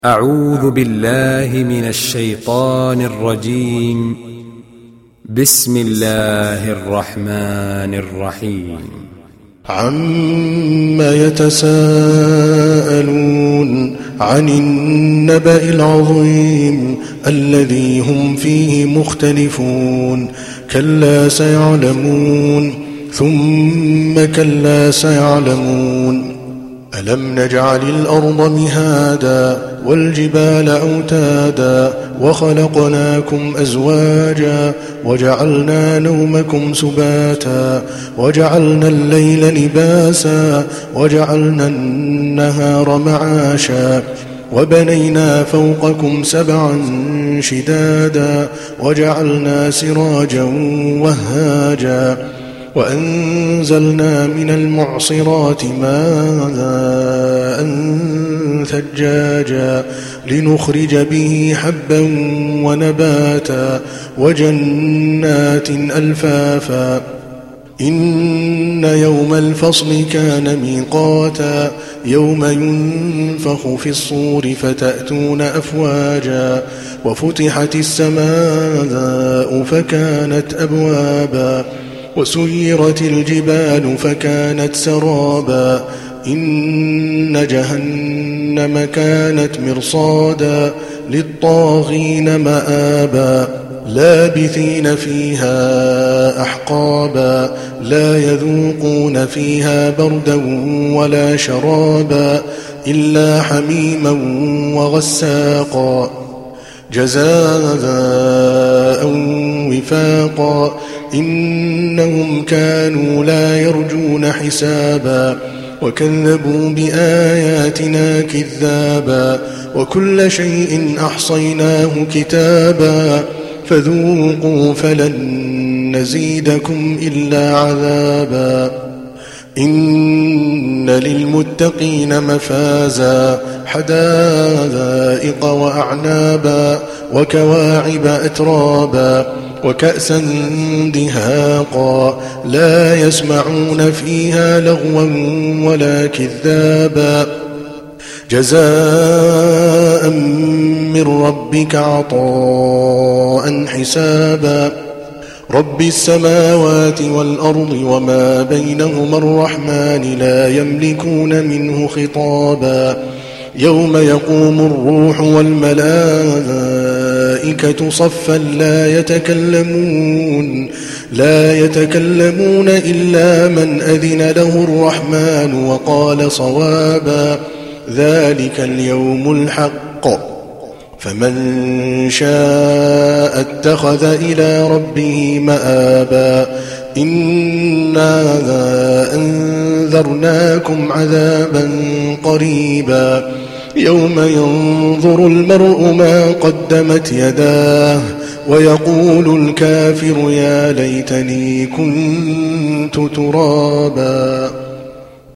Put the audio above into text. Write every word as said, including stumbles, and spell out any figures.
أعوذ بالله من الشيطان الرجيم. بسم الله الرحمن الرحيم. عما يتساءلون عن النبأ العظيم الذي هم فيه مختلفون. كلا سيعلمون ثم كلا سيعلمون. ألم نجعل الأرض مهادا والجبال أوتادا وخلقناكم أزواجا وجعلنا نومكم سباتا وجعلنا الليل لباسا وجعلنا النهار معاشا وبنينا فوقكم سبعا شدادا وجعلنا سراجا وهاجا وأنزلنا من المعصرات ماء ثجاجا لنخرج به حبا ونباتا وجنات ألفافا. إن يوم الفصل كان ميقاتا يوم ينفخ في الصور فتأتون أفواجا وفتحت السماء فكانت أبوابا وسيرت الجبال فكانت سرابا. إن جهنم كانت مرصادا للطاغين مآبا لابثين فيها أحقابا لا يذوقون فيها بردا ولا شرابا إلا حميما وغساقا جزاء وفاقا. إنهم كانوا لا يرجون حسابا وكذبوا بآياتنا كذابا وكل شيء أحصيناه كتابا فذوقوا فلن نزيدكم إلا عذابا. إن للمتقين مفازا حدائق وأعنابا وكواعب أترابا وكأسا دهاقا لا يسمعون فيها لغوا ولا كذابا جزاء من ربك عطاء حسابا. رب السماوات والأرض وما بينهما الرحمن لا يملكون منه خطابا. يوم يقوم الروح والملائكة صفا لا يتكلمون لا يتكلمون إلا من أذن له الرحمن وقال صوابا. ذلك اليوم الحق فمن شاء اتخذ إلى ربه مآبا. إنا أنذرناكم عذابا قريبا يوم ينظر المرء ما قدمت يداه ويقول الكافر يا ليتني كنت ترابا.